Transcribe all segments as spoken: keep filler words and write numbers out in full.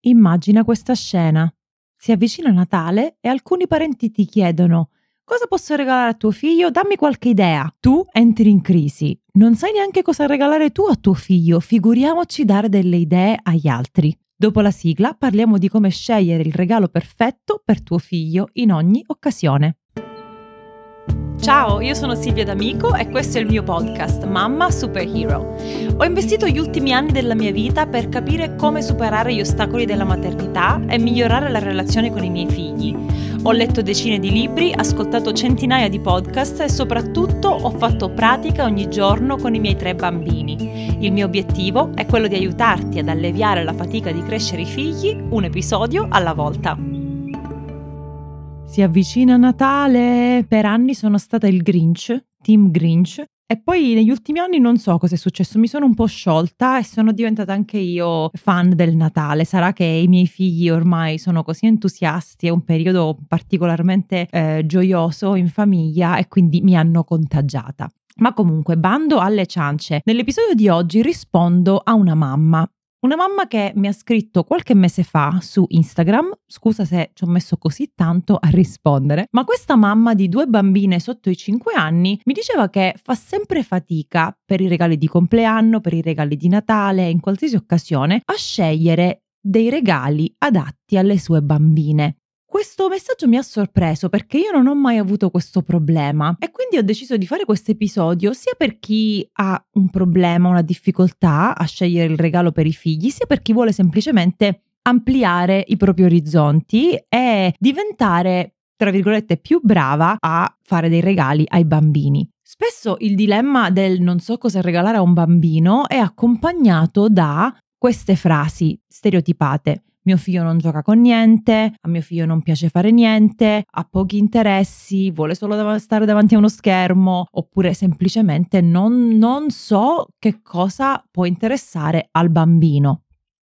Immagina questa scena. Si avvicina Natale e alcuni parenti ti chiedono: cosa posso regalare a tuo figlio? Dammi qualche idea. Tu entri in crisi. Non sai neanche cosa regalare tu a tuo figlio, figuriamoci dare delle idee agli altri. Dopo la sigla parliamo di come scegliere il regalo perfetto per tuo figlio in ogni occasione. Ciao, io sono Silvia D'Amico e questo è il mio podcast Mamma Superhero. Ho investito gli ultimi anni della mia vita per capire come superare gli ostacoli della maternità e migliorare la relazione con i miei figli. Ho letto decine di libri, ascoltato centinaia di podcast e soprattutto ho fatto pratica ogni giorno con i miei tre bambini. Il mio obiettivo è quello di aiutarti ad alleviare la fatica di crescere i figli un episodio alla volta. Si avvicina Natale. Per anni sono stata il Grinch, Team Grinch, e poi negli ultimi anni non so cosa è successo, mi sono un po' sciolta e sono diventata anche io fan del Natale. Sarà che i miei figli ormai sono così entusiasti, è un periodo particolarmente eh, gioioso in famiglia e quindi mi hanno contagiata. Ma comunque, bando alle ciance. Nell'episodio di oggi rispondo a una mamma. Una mamma che mi ha scritto qualche mese fa su Instagram, scusa se ci ho messo così tanto a rispondere, ma questa mamma di due bambine sotto i cinque anni mi diceva che fa sempre fatica per i regali di compleanno, per i regali di Natale, in qualsiasi occasione, a scegliere dei regali adatti alle sue bambine. Questo messaggio mi ha sorpreso perché io non ho mai avuto questo problema e quindi ho deciso di fare questo episodio sia per chi ha un problema, una difficoltà a scegliere il regalo per i figli, sia per chi vuole semplicemente ampliare i propri orizzonti e diventare, tra virgolette, più brava a fare dei regali ai bambini. Spesso il dilemma del non so cosa regalare a un bambino è accompagnato da queste frasi stereotipate. Mio figlio non gioca con niente, a mio figlio non piace fare niente, ha pochi interessi, vuole solo dav- stare davanti a uno schermo, oppure semplicemente non, non so che cosa può interessare al bambino.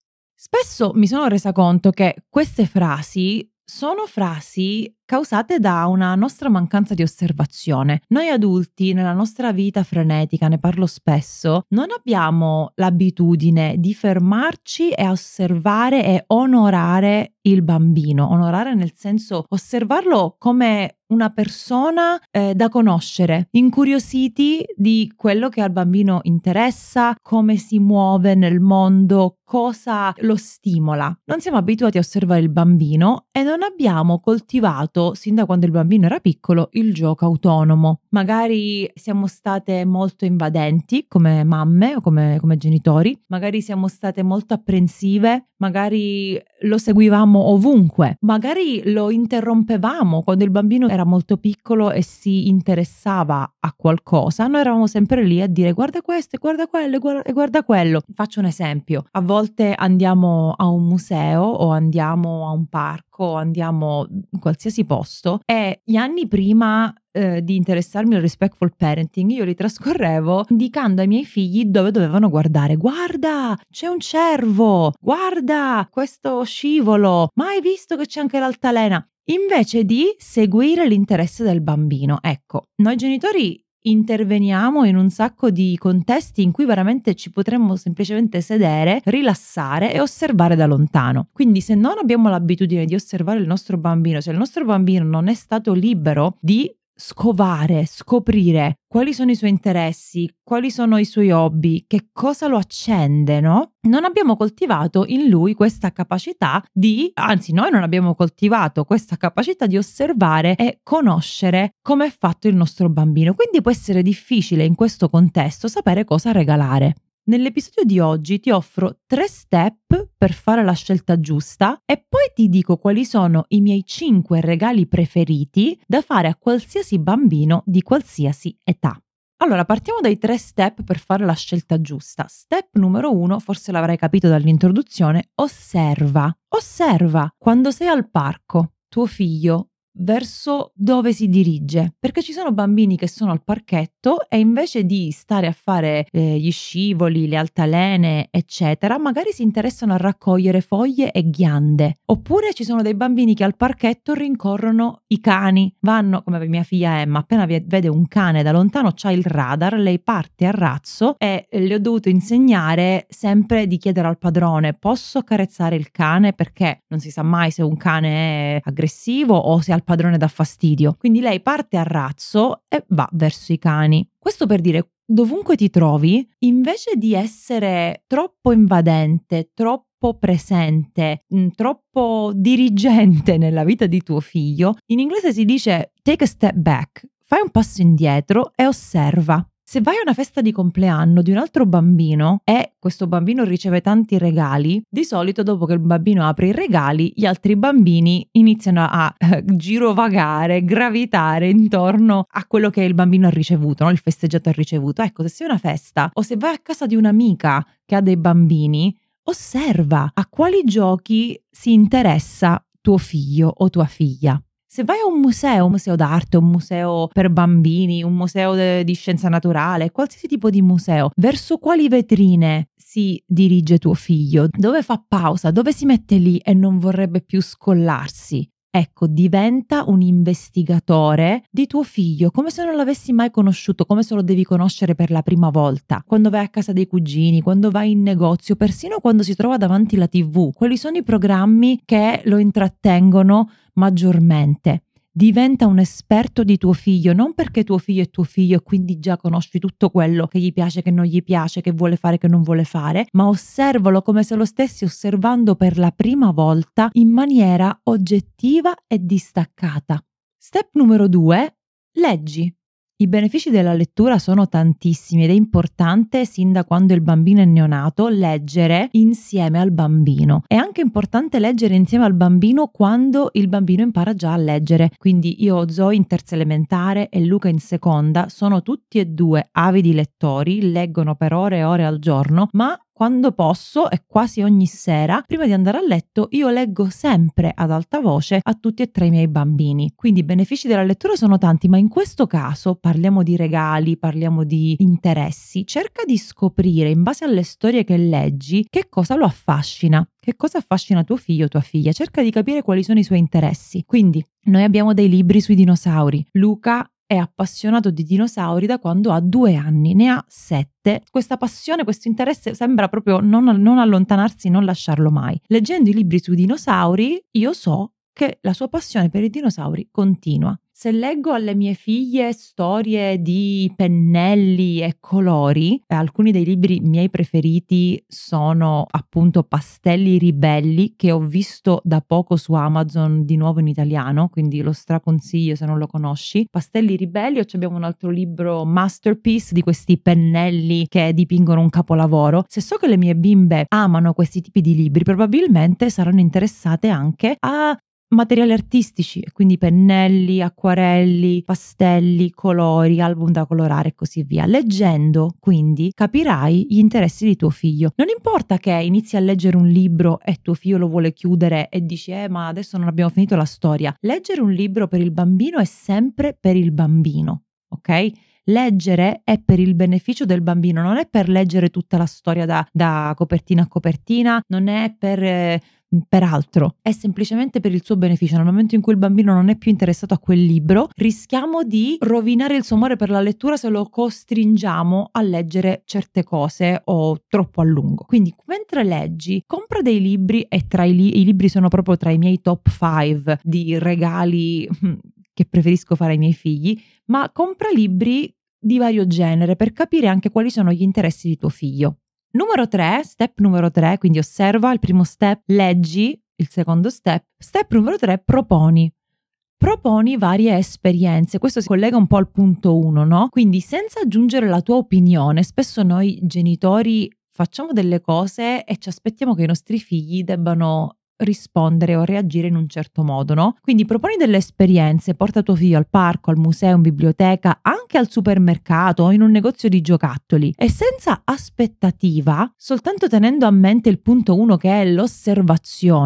Spesso mi sono resa conto che queste frasi sono frasi causate da una nostra mancanza di osservazione. Noi adulti, nella nostra vita frenetica, ne parlo spesso, non abbiamo l'abitudine di fermarci e osservare e onorare il bambino. Onorare nel senso osservarlo come una persona eh, da conoscere, incuriositi di quello che al bambino interessa, come si muove nel mondo, cosa lo stimola. Non siamo abituati a osservare il bambino e non abbiamo coltivato sin da quando il bambino era piccolo il gioco autonomo. Magari siamo state molto invadenti come mamme o come, come genitori, magari siamo state molto apprensive, magari lo seguivamo ovunque, magari lo interrompevamo quando il bambino era molto piccolo e si interessava a qualcosa. Noi eravamo sempre lì a dire guarda questo e guarda quello e guarda, e guarda quello. Faccio un esempio: a volte andiamo a un museo o andiamo a un parco, andiamo in qualsiasi posto e gli anni prima eh, di interessarmi al respectful parenting io li trascorrevo indicando ai miei figli dove dovevano guardare. Guarda, c'è un cervo, guarda questo scivolo, ma hai visto che c'è anche l'altalena? Invece di seguire l'interesse del bambino. Ecco, noi genitori interveniamo in un sacco di contesti in cui veramente ci potremmo semplicemente sedere, rilassare e osservare da lontano. Quindi se non abbiamo l'abitudine di osservare il nostro bambino, se il nostro bambino non è stato libero di scovare, scoprire quali sono i suoi interessi, quali sono i suoi hobby, che cosa lo accendono, non abbiamo coltivato in lui questa capacità di, anzi noi non abbiamo coltivato questa capacità di osservare e conoscere come è fatto il nostro bambino. Quindi può essere difficile in questo contesto sapere cosa regalare. Nell'episodio di oggi ti offro tre step per fare la scelta giusta e poi ti dico quali sono i miei cinque regali preferiti da fare a qualsiasi bambino di qualsiasi età. Allora, partiamo dai tre step per fare la scelta giusta. Step numero uno, forse l'avrai capito dall'introduzione: osserva. Osserva. Quando sei al parco, tuo figlio verso dove si dirige, perché ci sono bambini che sono al parchetto e invece di stare a fare eh, gli scivoli, le altalene eccetera, magari si interessano a raccogliere foglie e ghiande. Oppure ci sono dei bambini che al parchetto rincorrono i cani, vanno, come mia figlia Emma, appena vede un cane da lontano c'ha il radar, lei parte a razzo e le ho dovuto insegnare sempre di chiedere al padrone: posso accarezzare il cane, perché non si sa mai se un cane è aggressivo o se al padrone dà fastidio. Quindi lei parte a razzo e va verso i cani. Questo per dire, dovunque ti trovi, invece di essere troppo invadente, troppo presente, mh, troppo dirigente nella vita di tuo figlio, in inglese si dice take a step back, fai un passo indietro e osserva. Se vai a una festa di compleanno di un altro bambino e questo bambino riceve tanti regali, di solito dopo che il bambino apre i regali, gli altri bambini iniziano a eh, girovagare, gravitare intorno a quello che il bambino ha ricevuto, no? Il festeggiato ha ricevuto. Ecco, se sei a una festa o se vai a casa di un'amica che ha dei bambini, osserva a quali giochi si interessa tuo figlio o tua figlia. Se vai a un museo, un museo d'arte, un museo per bambini, un museo de- di scienza naturale, qualsiasi tipo di museo, verso quali vetrine si dirige tuo figlio? Dove fa pausa? Dove si mette lì e non vorrebbe più scollarsi? Ecco, diventa un investigatore di tuo figlio, come se non l'avessi mai conosciuto, come se lo devi conoscere per la prima volta. Quando vai a casa dei cugini, quando vai in negozio, persino quando si trova davanti la tivù, quali sono i programmi che lo intrattengono maggiormente? Diventa un esperto di tuo figlio, non perché tuo figlio è tuo figlio e quindi già conosci tutto quello che gli piace, che non gli piace, che vuole fare, che non vuole fare, ma osservalo come se lo stessi osservando per la prima volta in maniera oggettiva e distaccata. Step numero due, leggi. I benefici della lettura sono tantissimi ed è importante, sin da quando il bambino è neonato, leggere insieme al bambino. È anche importante leggere insieme al bambino quando il bambino impara già a leggere. Quindi io ho Zoe in terza elementare e Luca in seconda, sono tutti e due avidi lettori, leggono per ore e ore al giorno, ma quando posso e quasi ogni sera, prima di andare a letto, io leggo sempre ad alta voce a tutti e tre i miei bambini. Quindi i benefici della lettura sono tanti, ma in questo caso parliamo di regali, parliamo di interessi. Cerca di scoprire, in base alle storie che leggi, che cosa lo affascina. Che cosa affascina tuo figlio o tua figlia? Cerca di capire quali sono i suoi interessi. Quindi, noi abbiamo dei libri sui dinosauri. Luca è appassionato di dinosauri da quando ha due anni, ne ha sette. Questa passione, questo interesse sembra proprio non, non allontanarsi, non lasciarlo mai. Leggendo i libri sui dinosauri, io so che la sua passione per i dinosauri continua. Se leggo alle mie figlie storie di pennelli e colori, eh, alcuni dei libri miei preferiti sono appunto Pastelli ribelli, che ho visto da poco su Amazon di nuovo in italiano, quindi lo straconsiglio se non lo conosci. Pastelli ribelli, o abbiamo un altro libro Masterpiece di questi pennelli che dipingono un capolavoro. Se so che le mie bimbe amano questi tipi di libri, probabilmente saranno interessate anche a materiali artistici, quindi pennelli, acquarelli, pastelli, colori, album da colorare e così via. Leggendo, quindi, capirai gli interessi di tuo figlio. Non importa che inizi a leggere un libro e tuo figlio lo vuole chiudere e dici eh ma adesso non abbiamo finito la storia. Leggere un libro per il bambino è sempre per il bambino, ok? Leggere è per il beneficio del bambino, non è per leggere tutta la storia da, da copertina a copertina, non è per... Eh, per altro, è semplicemente per il suo beneficio. Nel momento in cui il bambino non è più interessato a quel libro, rischiamo di rovinare il suo amore per la lettura se lo costringiamo a leggere certe cose o troppo a lungo. Quindi mentre leggi, compra dei libri, e tra i, li- i libri sono proprio tra i miei top cinque di regali che preferisco fare ai miei figli, ma compra libri di vario genere per capire anche quali sono gli interessi di tuo figlio. Numero tre, step numero tre, quindi osserva il primo step, leggi il secondo step. Step numero tre, proponi. Proponi varie esperienze. Questo si collega un po' al punto uno, no? Quindi senza aggiungere la tua opinione, spesso noi genitori facciamo delle cose e ci aspettiamo che i nostri figli debbano rispondere o reagire in un certo modo, no? Quindi proponi delle esperienze, porta tuo figlio al parco, al museo, in biblioteca, anche al supermercato o in un negozio di giocattoli e senza aspettativa, soltanto tenendo a mente il punto uno che è l'osservazione,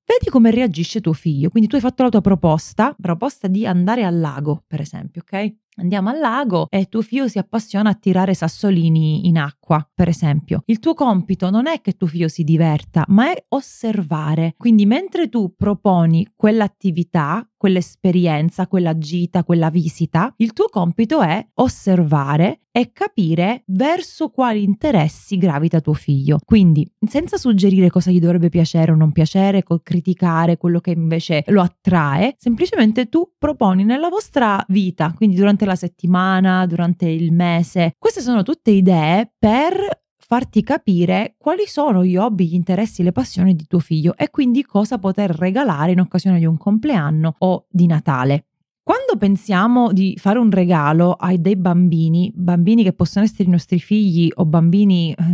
vedi come reagisce tuo figlio. Quindi tu hai fatto la tua proposta, proposta di andare al lago, per esempio, ok? Andiamo al lago e tuo figlio si appassiona a tirare sassolini in acqua, per esempio. Il tuo compito non è che tuo figlio si diverta, ma è osservare. Quindi mentre tu proponi quell'attività, quell'esperienza, quella gita, quella visita, il tuo compito è osservare e capire verso quali interessi gravita tuo figlio. Quindi, senza suggerire cosa gli dovrebbe piacere o non piacere, criticare quello che invece lo attrae, semplicemente tu proponi nella vostra vita, quindi durante la settimana, durante il mese. Queste sono tutte idee per farti capire quali sono gli hobby, gli interessi, le passioni di tuo figlio e quindi cosa poter regalare in occasione di un compleanno o di Natale. Quando pensiamo di fare un regalo ai dei bambini, bambini che possono essere i nostri figli o bambini eh,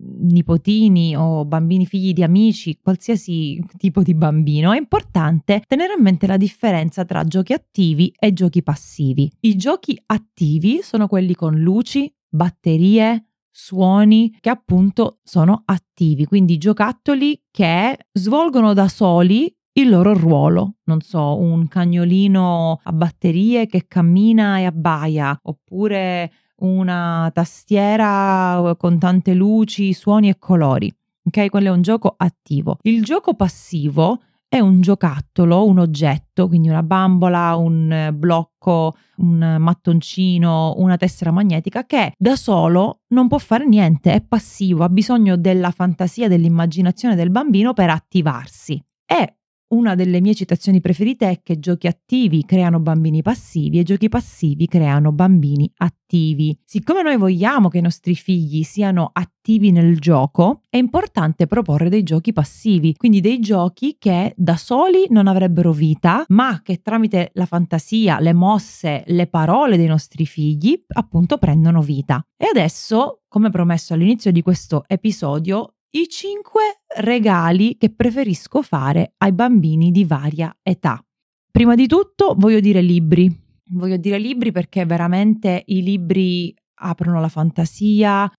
nipotini o bambini figli di amici, qualsiasi tipo di bambino, è importante tenere a mente la differenza tra giochi attivi e giochi passivi. I giochi attivi sono quelli con luci, batterie, suoni che appunto sono attivi, quindi giocattoli che svolgono da soli il loro ruolo. Non so, un cagnolino a batterie che cammina e abbaia, oppure una tastiera con tante luci, suoni e colori. Ok, quello è un gioco attivo. Il gioco passivo è un giocattolo, un oggetto, quindi una bambola, un blocco, un mattoncino, una tessera magnetica che da solo non può fare niente, è passivo, ha bisogno della fantasia, dell'immaginazione del bambino per attivarsi. È una delle mie citazioni preferite è che giochi attivi creano bambini passivi e giochi passivi creano bambini attivi. Siccome noi vogliamo che i nostri figli siano attivi nel gioco, è importante proporre dei giochi passivi, quindi dei giochi che da soli non avrebbero vita, ma che tramite la fantasia, le mosse, le parole dei nostri figli, appunto prendono vita. E adesso, come promesso all'inizio di questo episodio, i cinque regali che preferisco fare ai bambini di varia età. Prima di tutto voglio dire libri. Voglio dire libri perché veramente i libri aprono la fantasia,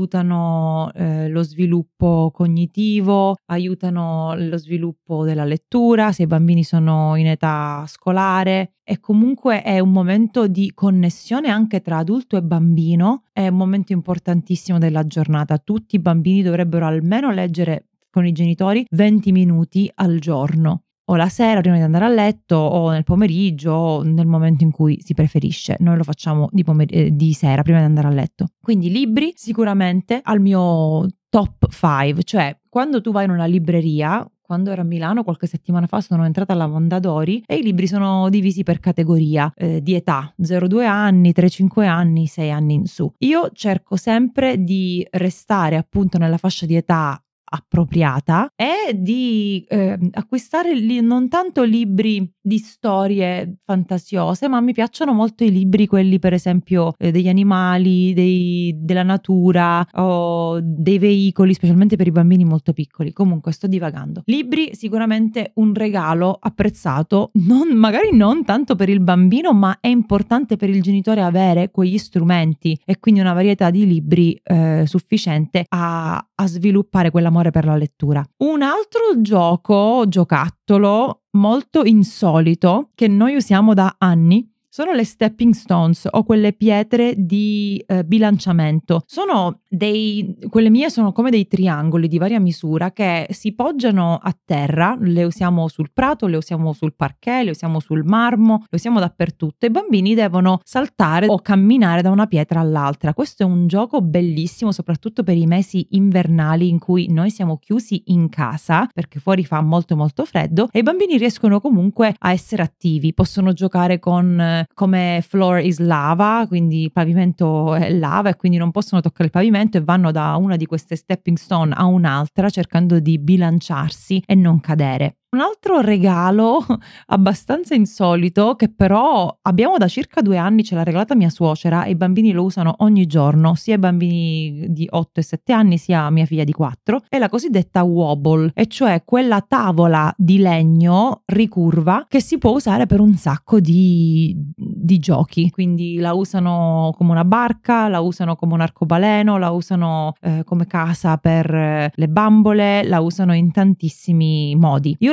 aiutano eh, lo sviluppo cognitivo, aiutano lo sviluppo della lettura se i bambini sono in età scolare, e comunque è un momento di connessione anche tra adulto e bambino, è un momento importantissimo della giornata. Tutti i bambini dovrebbero almeno leggere con i genitori venti minuti al giorno, o la sera prima di andare a letto, o nel pomeriggio, o nel momento in cui si preferisce. Noi lo facciamo di, pomer- eh, di sera prima di andare a letto. Quindi libri sicuramente al mio top cinque, cioè quando tu vai in una libreria. Quando ero a Milano qualche settimana fa sono entrata alla Mondadori e i libri sono divisi per categoria eh, di età, zero due anni, tre cinque anni, sei anni in su. Io cerco sempre di restare appunto nella fascia di età appropriata e di eh, acquistare li, non tanto libri di storie fantasiose, ma mi piacciono molto i libri, quelli per esempio eh, degli animali, dei, della natura o dei veicoli, specialmente per i bambini molto piccoli. Comunque sto divagando. Libri sicuramente un regalo apprezzato, non, magari non tanto per il bambino, ma è importante per il genitore avere quegli strumenti e quindi una varietà di libri eh, sufficiente a, a sviluppare quell'amore per la lettura. Un altro gioco, giocattolo molto insolito che noi usiamo da anni sono le stepping stones o quelle pietre di eh, bilanciamento. Sono dei, quelle mie sono come dei triangoli di varia misura che si poggiano a terra, le usiamo sul prato, le usiamo sul parquet, le usiamo sul marmo, le usiamo dappertutto. I bambini devono saltare o camminare da una pietra all'altra. Questo è un gioco bellissimo, soprattutto per i mesi invernali in cui noi siamo chiusi in casa perché fuori fa molto molto freddo e i bambini riescono comunque a essere attivi, possono giocare con come floor is lava, quindi il pavimento è lava e quindi non possono toccare il pavimento e vanno da una di queste stepping stone a un'altra cercando di bilanciarsi e non cadere. Un altro regalo abbastanza insolito che però abbiamo da circa due anni, ce l'ha regalata mia suocera e i bambini lo usano ogni giorno, sia i bambini di otto e sette anni sia mia figlia di quattro, è la cosiddetta wobble, e cioè quella tavola di legno ricurva che si può usare per un sacco di, di giochi, quindi la usano come una barca, la usano come un arcobaleno, la usano eh, come casa per eh, le bambole, la usano in tantissimi modi. Io la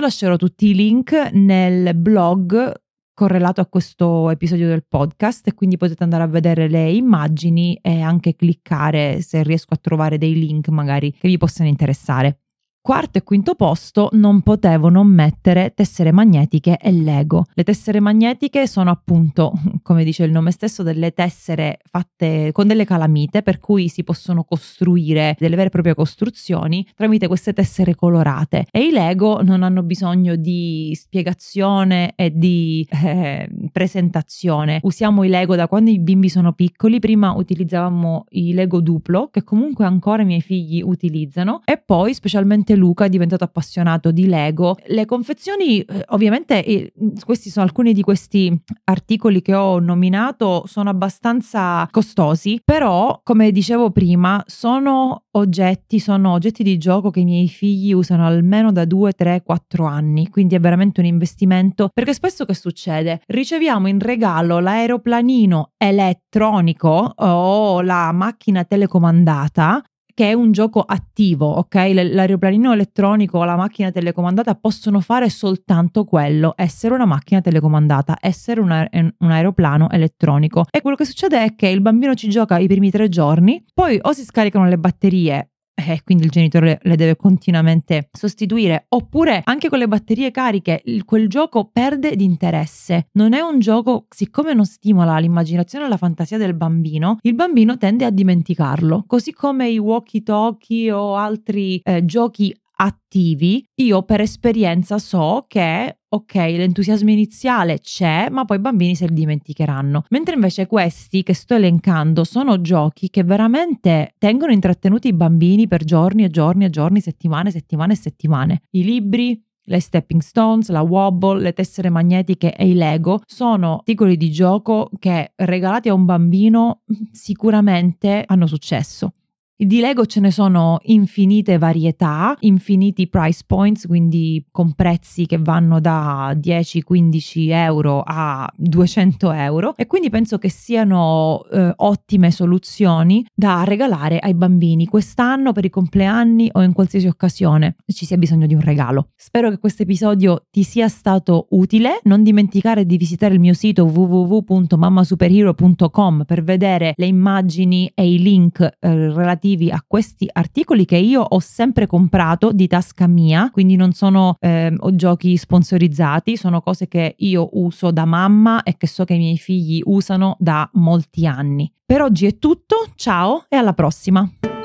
lascerò tutti i link nel blog correlato a questo episodio del podcast, e quindi potete andare a vedere le immagini e anche cliccare se riesco a trovare dei link magari che vi possano interessare. Quarto e quinto posto, non potevo non mettere tessere magnetiche e Lego. Le tessere magnetiche sono appunto, come dice il nome stesso, delle tessere fatte con delle calamite, per cui si possono costruire delle vere e proprie costruzioni tramite queste tessere colorate, e i Lego non hanno bisogno di spiegazione e di eh, presentazione. Usiamo i Lego da quando i bimbi sono piccoli. Prima utilizzavamo i Lego Duplo, che comunque ancora i miei figli utilizzano, e poi specialmente Luca è diventato appassionato di Lego. Le confezioni, eh, ovviamente, eh, questi sono alcuni di questi articoli che ho nominato, sono abbastanza costosi, però come dicevo prima sono oggetti, sono oggetti di gioco che i miei figli usano almeno da due, tre, quattro anni, quindi è veramente un investimento, perché spesso che succede? Riceviamo in regalo l'aeroplanino elettronico o la macchina telecomandata, che è un gioco attivo, ok? L'aeroplanino elettronico o la macchina telecomandata possono fare soltanto quello: essere una macchina telecomandata, essere un, aer- un aeroplano elettronico. E quello che succede è che il bambino ci gioca i primi tre giorni, poi o si scaricano le batterie e quindi il genitore le deve continuamente sostituire, oppure anche con le batterie cariche il, quel gioco perde di interesse. Non è un gioco, siccome non stimola l'immaginazione e la fantasia del bambino, il bambino tende a dimenticarlo, così come i walkie talkie o altri eh, giochi attivi. Io per esperienza so che ok, l'entusiasmo iniziale c'è, ma poi i bambini se li dimenticheranno. Mentre invece questi che sto elencando sono giochi che veramente tengono intrattenuti i bambini per giorni e giorni e giorni, settimane, settimane e settimane. I libri, le stepping stones, la wobble, le tessere magnetiche e i Lego sono articoli di gioco che, regalati a un bambino, sicuramente hanno successo. Di Lego ce ne sono infinite varietà, infiniti price points, quindi con prezzi che vanno da dieci quindici euro a duecento euro, e quindi penso che siano eh, ottime soluzioni da regalare ai bambini quest'anno per i compleanni o in qualsiasi occasione ci sia bisogno di un regalo. Spero che questo episodio ti sia stato utile. Non dimenticare di visitare il mio sito w w w punto mamma superhero punto com per vedere le immagini e i link eh, relativi a questi articoli che io ho sempre comprato di tasca mia, quindi non sono eh, giochi sponsorizzati, sono cose che io uso da mamma e che so che i miei figli usano da molti anni. Per oggi è tutto, ciao e alla prossima!